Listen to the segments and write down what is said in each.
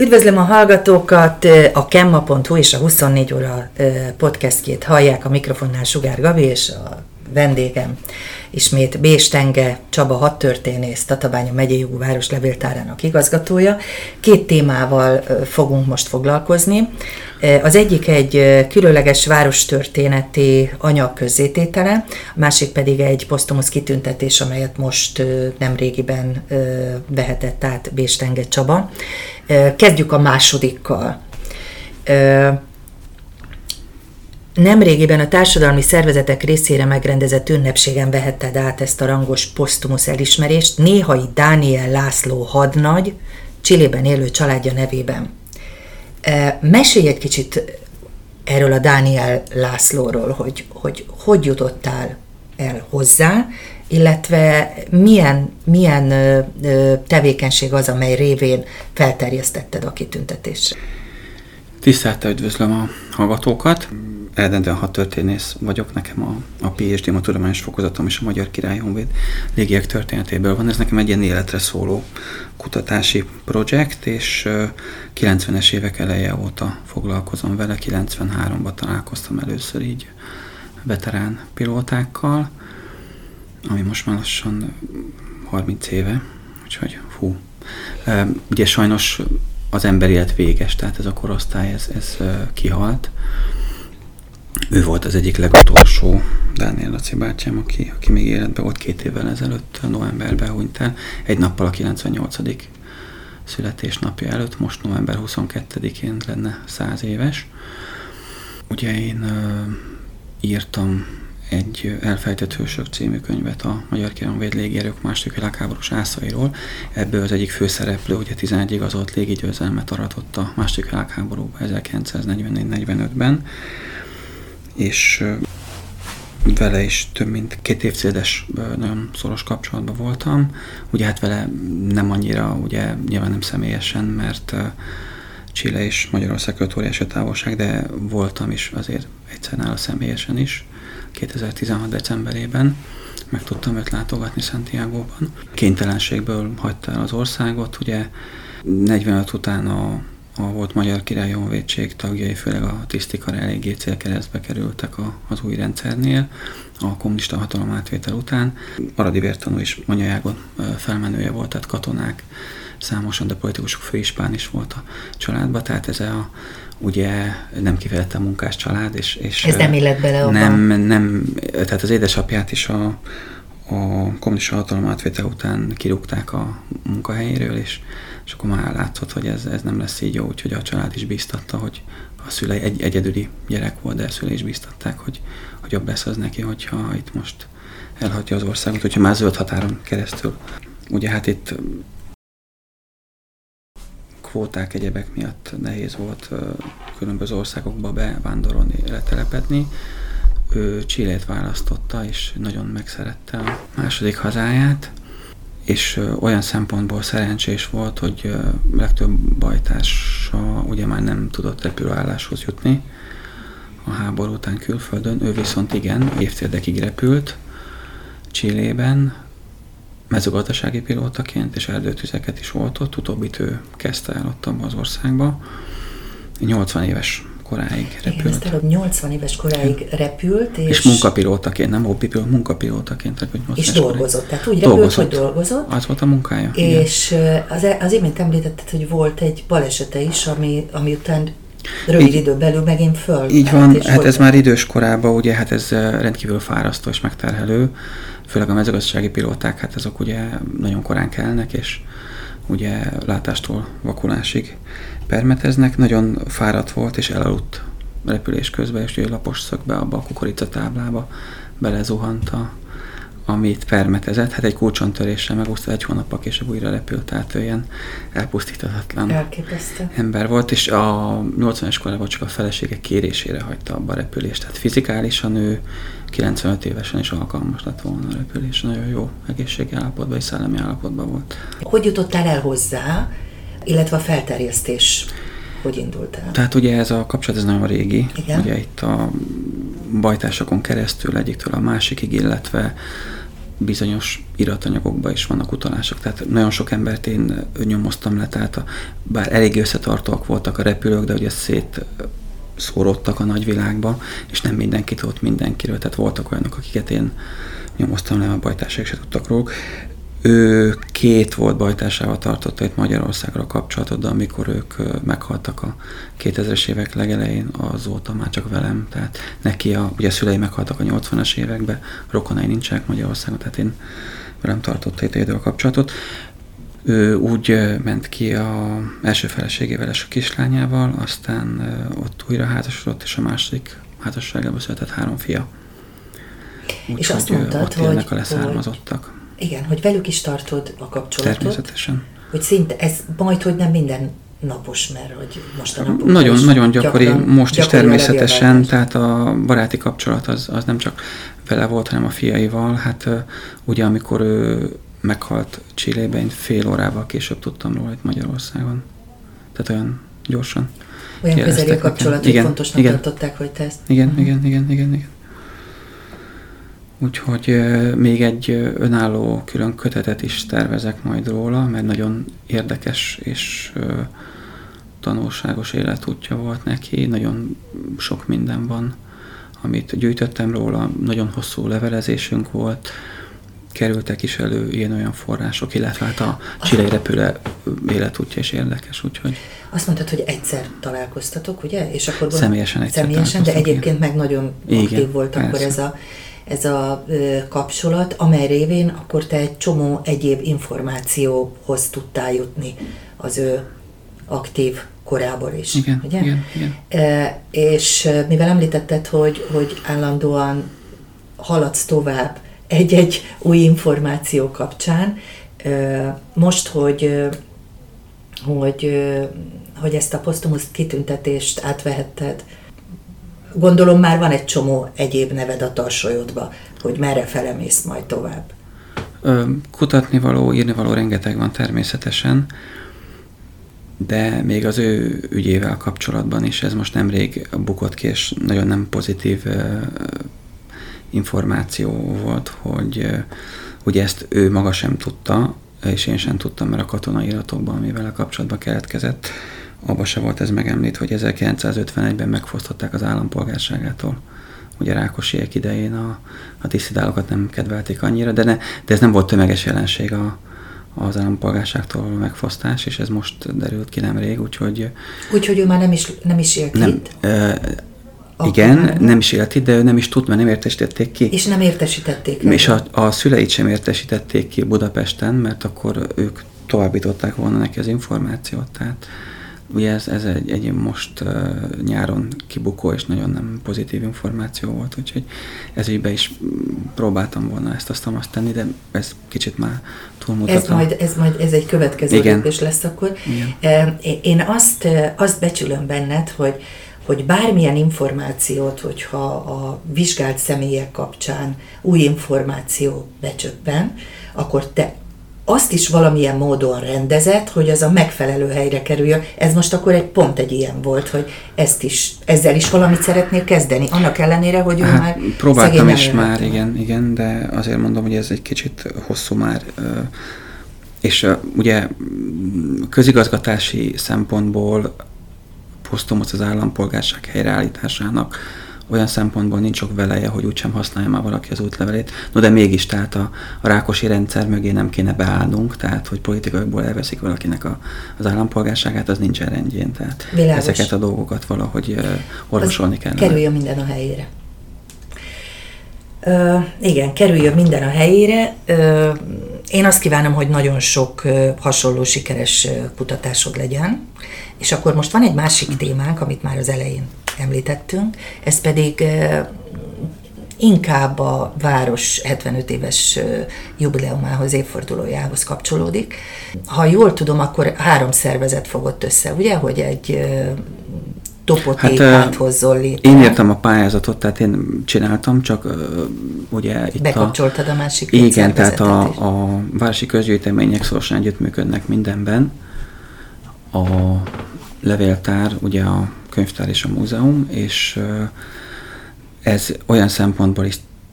Üdvözlöm a hallgatókat, a kemma.hu és a 24 óra podcastjét hallják, a mikrofonnál Sugár Gabi, és a vendégem ismét Bés Tenge Csaba hadtörténész, Tatabánya megyei jogú városlevéltárának igazgatója. Két témával fogunk most foglalkozni. Az egyik egy különleges várostörténeti anyag közzététele, a másik pedig egy posztumusz kitüntetés, amelyet most nemrégiben vehetett át Bés Tenge Csaba. Kezdjük a másodikkal. Nemrégiben a társadalmi szervezetek részére megrendezett ünnepségen vehetted át ezt a rangos posztumusz elismerést Néhai Dániel László hadnagy, Chilében élő családja nevében. Mesélj egy kicsit erről a Dániel Lászlóról, hogy jutottál el hozzá, illetve milyen tevékenység az, amely révén felterjesztetted a kitüntetésre. Tisztelettel üdvözlöm a hallgatókat. Eredendően hadtörténész vagyok, nekem a PhD-m, a tudományos fokozatom és a Magyar Királyi Honvéd légiek történetéből van. Ez nekem egy ilyen életre szóló kutatási projekt, és 90-es évek eleje óta foglalkozom vele. 93-ban találkoztam először így veterán pilótákkal, ami most már lassan 30 éve, úgyhogy hú. Ugye sajnos az emberélet véges, tehát ez a korosztály, ez kihalt. Ő volt az egyik legutolsó, Dániel Laci bátyám, aki még életben volt 2 évvel ezelőtt, novemberben hunyt el, egy nappal a 98. születésnapja előtt, most november 22-én lenne 100 éves. Ugye én írtam egy Elfelejtett hősök című könyvet a Magyar Királyi Honvéd légierők II. Világháborús ászairól. Ebből az egyik főszereplő, ugye 11 igazolt légigyőzelmet aratott a II. Világháborúban 1944-45-ben, és vele is több mint 2 évtizedes nagyon szoros kapcsolatban voltam. Ugye hát vele nem annyira, ugye nyilván nem személyesen, mert Chile és Magyarország között óriási távolság, de voltam is azért egyszer nála személyesen is. 2016. decemberében meg tudtam őt látogatni Santiagoban. Kénytelenségből hagyta el az országot, ugye 45 után a volt Magyar Királyi Honvédség tagjai, főleg a tisztikar eléggé célkeresztbe kerültek az új rendszernél, a kommunista hatalom átvétel után. Aradi vértanú is Anyajágon felmenője volt, tehát katonák számosan, de politikusok főispán is volt a családban, tehát ez ugye nem kifejezetten munkás család, és ez nem illet bele abban? Nem, tehát az édesapját is a kommunista hatalom átvétel után kirúgták a munkahelyéről, és akkor már látszott, hogy ez nem lesz így jó, úgyhogy a család is bíztatta, hogy a szülei egy egyedüli gyerek volt, de a szülei is bíztatták, hogy jobb lesz az neki, hogyha itt most elhagyja az országot, hogyha már zöld határon keresztül. Ugye hát itt kvóták, egyebek miatt nehéz volt különböző országokba bevándorolni, letelepedni. Ő Chilét választotta, és nagyon megszerette a második hazáját, és olyan szempontból szerencsés volt, hogy legtöbb bajtársa ugye már nem tudott repülőálláshoz jutni a háború után külföldön. Ő viszont igen, évtizedekig repült Chilében, mezőgazdasági pilótaként, és erdőtüzeket is volt ott, utóbbit ő kezdte el ott abban az országba. 80 éves koráig repült. Igen, 80 éves koráig repült. És munkapilótaként, nem hobbipilóta, munkapilótaként repült. És dolgozott, tehát úgy repült, hogy dolgozott. Az volt a munkája. És az imént említetted, hogy volt egy balesete is, ami után rövid időn belül megint föl. Így van, hát ez már idős korában, ugye, hát ez rendkívül fárasztó és megterhelő, főleg a mezőgazdasági pilóták, hát azok ugye nagyon korán kelnek, és ugye látástól vakulásig permeteznek. Nagyon fáradt volt, és elaludt repülés közben, és ugye lapos szögbe abba a kukoricatáblába belezuhant, amit permetezett. Hát egy kulcsontörésre megúszta, 1 hónappal később újra repült, tehát ilyen elpusztíthatatlan ember volt, és a 80-es korában csak a felesége kérésére hagyta abba a repülést. Tehát fizikálisan ő 95 évesen is alkalmas lett volna a repülés. Nagyon jó egészségi állapotban és szellemi állapotban volt. Hogy jutottál el hozzá, illetve a felterjesztés hogy indult el? Tehát ugye ez a kapcsolat ez nagyon régi. Igen? Ugye itt a bajtársakon keresztül egyiktől a másikig, illetve bizonyos iratanyagokban is vannak utalások. Tehát nagyon sok embert én nyomoztam le, tehát bár elég összetartóak voltak a repülők, de ugye szétszóródtak a nagyvilágba, és nem mindenki tudott mindenkiről, tehát voltak olyanok, akiket én nyomoztam le, a bajtársaik se tudtak róluk. Ő 2 volt bajtársával tartotta itt Magyarországra kapcsolatot, de amikor ők meghaltak a 2000-es évek legelején, azóta már csak velem, tehát neki ugye a szülei meghaltak a 80-as években, rokonai nincsenek Magyarországon, tehát én velem tartotta itt a kapcsolatot. Ő úgy ment ki az első feleségével és a kislányával, aztán ott újra házasodott, és a második házasságában született 3 fia. És azt mondtad, ott élnek a leszármazottak. Igen, hogy velük is tartod a kapcsolatot. Természetesen. Hogy szinte, ez majd, hogy nem minden napos, mert hogy mostanában... Nagyon gyakori, most is természetesen, tehát a baráti kapcsolat az nem csak vele volt, hanem a fiaival. Hát ugye amikor ő meghalt Chilében, én fél órával később tudtam róla itt Magyarországon. Tehát olyan gyorsan. Olyan közeli a kapcsolat, hogy fontosnak tartották, hogy te ezt... Igen. Úgyhogy még egy önálló külön kötetet is tervezek majd róla, mert nagyon érdekes és tanulságos életútja volt neki. Nagyon sok minden van, amit gyűjtöttem róla, nagyon hosszú levelezésünk volt, kerültek is elő ilyen-olyan források, illetve hát a chilei repülő életútja is érdekes, úgyhogy... Azt mondtad, hogy egyszer találkoztatok, ugye? És akkor személyesen de egyébként meg nagyon aktív volt akkor ez a kapcsolat, amely révén akkor te egy csomó egyéb információhoz tudtál jutni az ő aktív korából is. Igen, ugye? Igen. És mivel említetted, hogy állandóan haladsz tovább egy-egy új információ kapcsán, most, hogy ezt a posztumusz kitüntetést átvehetted, gondolom már van egy csomó egyéb neved a tarsolyodba, hogy merre felemész majd tovább. Kutatnivaló, írnivaló rengeteg van természetesen, de még az ő ügyével kapcsolatban is ez most nemrég bukott ki, és nagyon nem pozitív információ volt, hogy ugye ezt ő maga sem tudta, és én sem tudtam, mert a katonai iratokban, amivel a kapcsolatban keletkezett, abban se volt ez megemlít, hogy 1951-ben megfosztották az állampolgárságától. Ugye Rákosiék idején a disszidálokat nem kedvelték annyira, de ez nem volt tömeges jelenség az állampolgárságtól való megfosztás, és ez most derült ki nemrég, úgyhogy... Úgyhogy ő már nem is élt itt? Igen, nem is élt itt, de ő nem is tud, mert nem értesítették ki. És nem értesítették el? És a szüleit sem értesítették ki Budapesten, mert akkor ők továbbították volna neki az információt, tehát ugye ez egy most nyáron kibukó és nagyon nem pozitív információ volt, úgyhogy ez ügyben is próbáltam volna ezt azt tenni, de ez kicsit már túlmutat. Ez egy következő lépés lesz akkor. Igen. Én azt becsülöm benned, hogy bármilyen információt, hogyha a vizsgált személyek kapcsán új információ becsöppen, akkor te azt is valamilyen módon rendezett, hogy az a megfelelő helyre kerüljön. Ez most akkor pont egy ilyen volt, hogy ezzel is valamit szeretnél kezdeni, annak ellenére, hogy ő már próbáltam is már, igen, de azért mondom, hogy ez egy kicsit hosszú már, és ugye közigazgatási szempontból posztumusz az állampolgárság helyreállításának olyan szempontból nincs sok veleje, hogy úgysem használja már valaki az útlevelét. No, de mégis, tehát a Rákosi rendszer mögé nem kéne beállnunk, tehát hogy politikaiból elveszik valakinek az állampolgárságát, az nincsen rendjén. Tehát világos. Ezeket a dolgokat valahogy orvosolni kell. Kerüljön minden a helyére. Igen, kerüljön minden a helyére. Én azt kívánom, hogy nagyon sok hasonló sikeres kutatásod legyen. És akkor most van egy másik témánk, amit már az elején említettünk, ez pedig inkább a város 75 éves jubileumához, évfordulójához kapcsolódik. Ha jól tudom, akkor 3 szervezet fogott össze, ugye, hogy egy topotékát hozzon létre. Én írtam a pályázatot, tehát én csináltam, csak ugye itt bekapcsoltad a másik igen, tehát a városi közgyűjtemények szorosan együttműködnek mindenben. A levéltár, ugye a könyvtár és a múzeum, és ez olyan szempontból is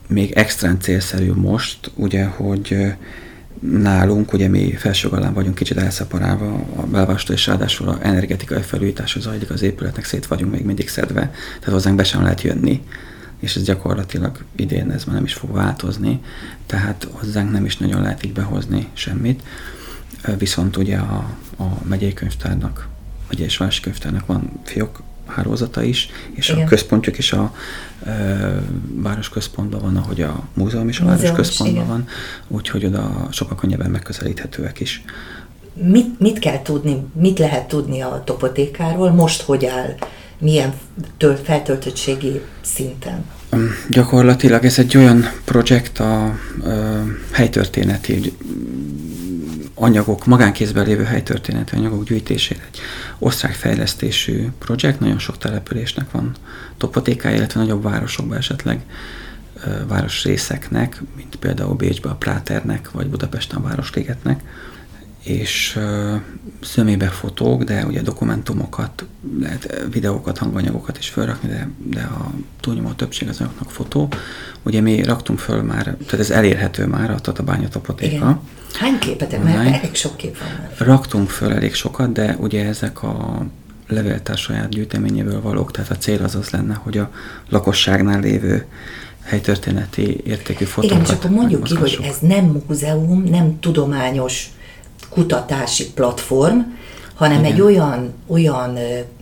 még extrán célszerű most, ugye, hogy nálunk, ugye mi Felsőgallán vagyunk kicsit elszeparálva a belvárostól, és ráadásul az energetikai felújítás zajlik az épületnek, szét vagyunk még mindig szedve, tehát hozzánk be sem lehet jönni, és ez gyakorlatilag idén ez már nem is fog változni, tehát hozzánk nem is nagyon lehet így behozni semmit, viszont ugye a megyei könyvtárnak, megyei és városi könyvtárnak van fiók hálózata is, és igen. A központjuk is a városközpontban van, ahogy a múzeum is a városközpontban van, úgyhogy oda sokkal könnyebben megközelíthetőek is. Mit kell tudni, mit lehet tudni a topotékáról? Most hogy áll? Milyen feltöltöttségi szinten? Gyakorlatilag ez egy olyan projekt a helytörténeti anyagok, magánkézben lévő helytörténeti anyagok gyűjtésére. Egy osztrák fejlesztésű projekt, nagyon sok településnek van topotékája, illetve nagyobb városokban esetleg városrészeknek, mint például Bécsben a Pláternek, vagy Budapesten a Városligetnek, és zömébe fotók, de ugye dokumentumokat, lehet videókat, hanganyagokat is felrakni, de a túlnyomó többség az anyagoknak fotó. Ugye mi raktunk föl már, tehát ez elérhető már a Tatabánya topotéka. Igen. Hány képet? Mert elég sok kép van már. Raktunk föl elég sokat, de ugye ezek a levéltár saját gyűjteményéből valók, tehát a cél az lenne, hogy a lakosságnál lévő helytörténeti értékű fotókat. Igen, és akkor mondjuk ki, hogy ez nem múzeum, nem tudományos kutatási platform, hanem igen. Egy olyan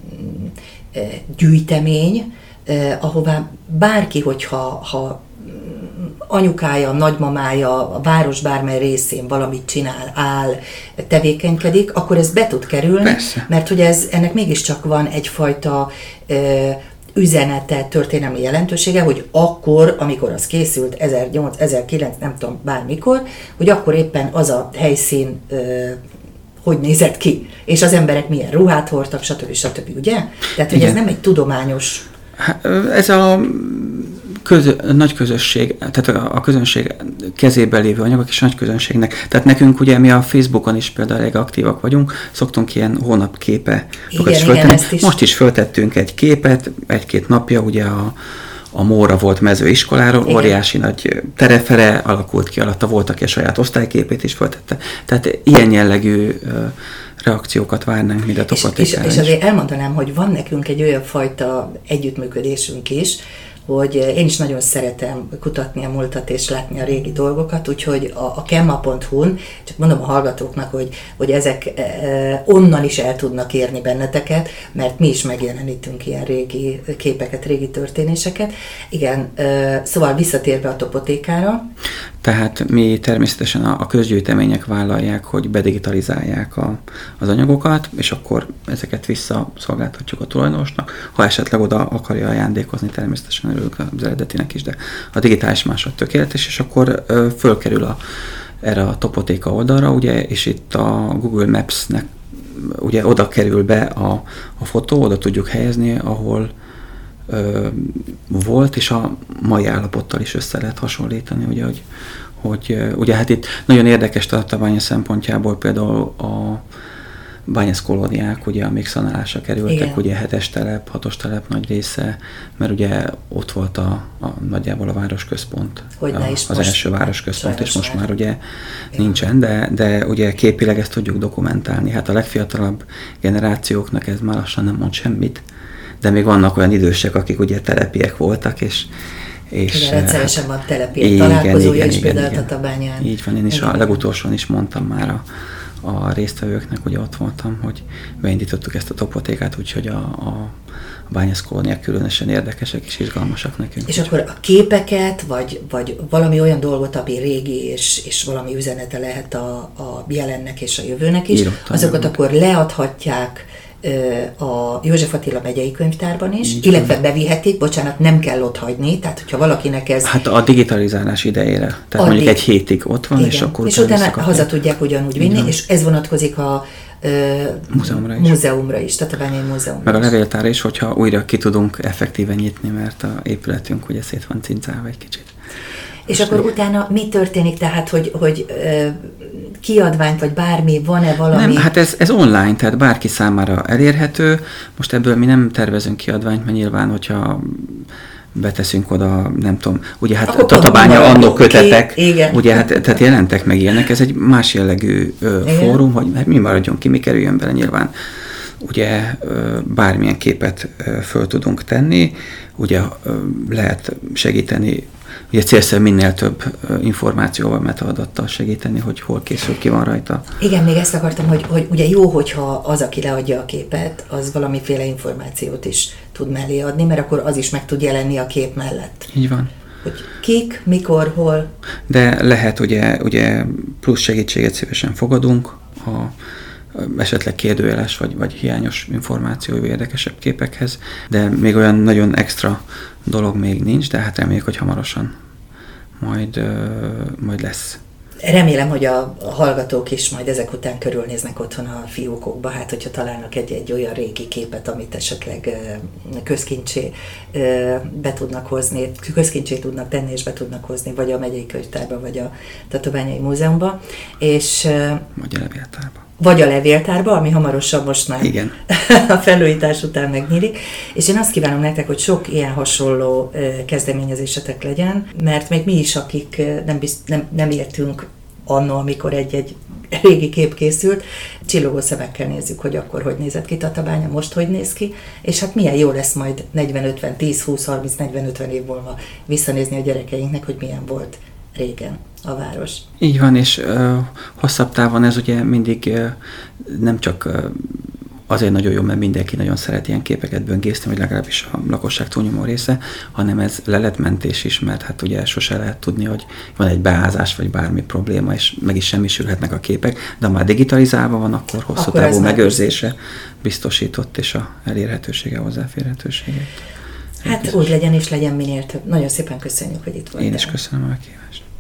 gyűjtemény, ahová bárki, hogyha anyukája, nagymamája a város bármely részén valamit csinál, áll, tevékenykedik, akkor ez be tud kerülni, persze. Mert hogy ennek mégiscsak van egyfajta üzenete, történelmi jelentősége, hogy akkor, amikor az készült, 1800, 1900, nem tudom, bármikor, hogy akkor éppen az a helyszín hogy nézett ki, és az emberek milyen ruhát hordtak, stb. Ugye? Tehát, hogy ez nem egy tudományos... Ez a nagy közösség, tehát a közönség kezében lévő anyagok és nagy közönségnek. Tehát nekünk ugye mi a Facebookon is például elég aktívak vagyunk, szoktunk ilyen hónapképe is föltenni. Most is föltettünk egy képet, egy-két napja, ugye a Móra volt mezőiskoláról, igen. Óriási nagy terefere alakult ki alatta, volt, aki a saját osztályképét is föltette. Tehát ilyen jellegű reakciókat várnánk mind a topotékára. És azért elmondanám, hogy van nekünk egy olyan fajta együttműködésünk is, hogy én is nagyon szeretem kutatni a múltat és látni a régi dolgokat, úgyhogy a kemma.hu-n, csak mondom a hallgatóknak, hogy ezek onnan is el tudnak érni benneteket, mert mi is megjelenítünk ilyen régi képeket, régi történéseket. Igen, szóval visszatérve a topotékára. Tehát mi természetesen a közgyűjtemények vállalják, hogy bedigitalizálják az anyagokat, és akkor ezeket visszaszolgáltatjuk a tulajdonosnak. Ha esetleg oda akarja ajándékozni, természetesen örülünk az eredetinek is, de a digitális másolat tökéletes, és akkor fölkerül erre a topotéka oldalra, ugye, és itt a Google Maps-nek ugye oda kerül be a fotó, oda tudjuk helyezni, ahol volt, és a mai állapottal is össze lehet hasonlítani, ugye, hogy ugye hát itt nagyon érdekes Tatabánya szempontjából például a bányászkolóniák, ugye, amik szanálásra kerültek, igen. Ugye 7-es telep, 6-os telep nagy része, mert ugye ott volt nagyjából a városközpont, az első városközpont, és most már ugye nincsen, de ugye képileg ezt tudjuk dokumentálni. Hát a legfiatalabb generációknak ez már lassan nem mond semmit, de még vannak olyan idősek, akik ugye telepiek voltak, és igen, rendszeresen van telepiek találkozója is például Tatabányán. Így van, én is a legutolsón is mondtam már a résztvevőknek, ugye ott voltam, hogy beindítottuk ezt a topotékát, úgyhogy a bányászkolóniák különösen érdekesek és izgalmasak nekünk. És akkor a képeket, vagy valami olyan dolgot, ami régi, és valami üzenete lehet a jelennek és a jövőnek is, azokat akkor leadhatják a József Attila megyei könyvtárban is, illetve bevihetik, bocsánat, nem kell ott hagyni, tehát hogyha valakinek ez... Hát a digitalizálás idejére, tehát mondjuk egy hétig ott van, igen. És akkor utána haza tudják ugyanúgy vinni, és ez vonatkozik a múzeumra is, Tatabányai múzeumra. Meg a levéltár is, hogyha újra ki tudunk effektíven nyitni, mert a épületünk ugye szét van cincálva egy kicsit. És akkor utána mi történik, tehát, hogy kiadványt, vagy bármi, van-e valami? Nem, hát ez online, tehát bárki számára elérhető. Most ebből mi nem tervezünk kiadványt, mert nyilván, hogyha beteszünk oda, nem tudom, ugye hát Akkor Tatabánya annó kötetek, igen. ugye hát tehát jelentek meg ilyenek, ez egy más jellegű fórum, hogy mi maradjon ki, mi kerüljön bele nyilván. Ugye bármilyen képet föl tudunk tenni, ugye lehet segíteni, ugye célszerű minél több információval, metadattal segíteni, hogy hol készül, ki van rajta. Igen, még ezt akartam, hogy ugye jó, hogyha az, aki leadja a képet, az valamiféle információt is tud mellé adni, mert akkor az is meg tud jelenni a kép mellett. Így van. Hogy kik, mikor, hol. De lehet ugye plusz segítséget szívesen fogadunk, esetleg kérdőjeles vagy hiányos információ érdekesebb képekhez, de még olyan nagyon extra dolog még nincs, de hát reméljük, hogy hamarosan majd lesz. Remélem, hogy a hallgatók is majd ezek után körülnéznek otthon a fiókokba, hát hogyha találnak egy olyan régi képet, amit esetleg közkincsé be tudnak hozni, közkincsé tudnak tenni és be tudnak hozni, vagy a megyei könyvtárba, vagy a Tatabányai Múzeumba. És, vagy a levéltárba. Vagy a levéltárba, ami hamarosan most már igen. a felújítás után megnyílik. És én azt kívánom nektek, hogy sok ilyen hasonló kezdeményezésetek legyen, mert még mi is, akik nem értünk anno, amikor egy régi kép készült, csillogó szemekkel nézzük, hogy akkor hogy nézett ki Tatabánya, most hogy néz ki, és hát milyen jó lesz majd 40-50, 10-20-30-40-50 év múlva visszanézni a gyerekeinknek, hogy milyen volt régen a város. Így van, és hosszabb távon ez ugye mindig nem csak azért nagyon jó, mert mindenki nagyon szeret ilyen képeket böngészni, vagy legalábbis a lakosság túlnyomó része, hanem ez leletmentés is, mert hát ugye sose lehet tudni, hogy van egy beázás, vagy bármi probléma, és meg is semmisülhetnek a képek, de ha már digitalizálva van, akkor hosszú távú megőrzése biztosított, és a elérhetősége, hozzáférhetősége. Hát úgy legyen, és legyen minél több. Nagyon szépen köszönjük, hogy itt voltál. Én is köszönöm a meghívást.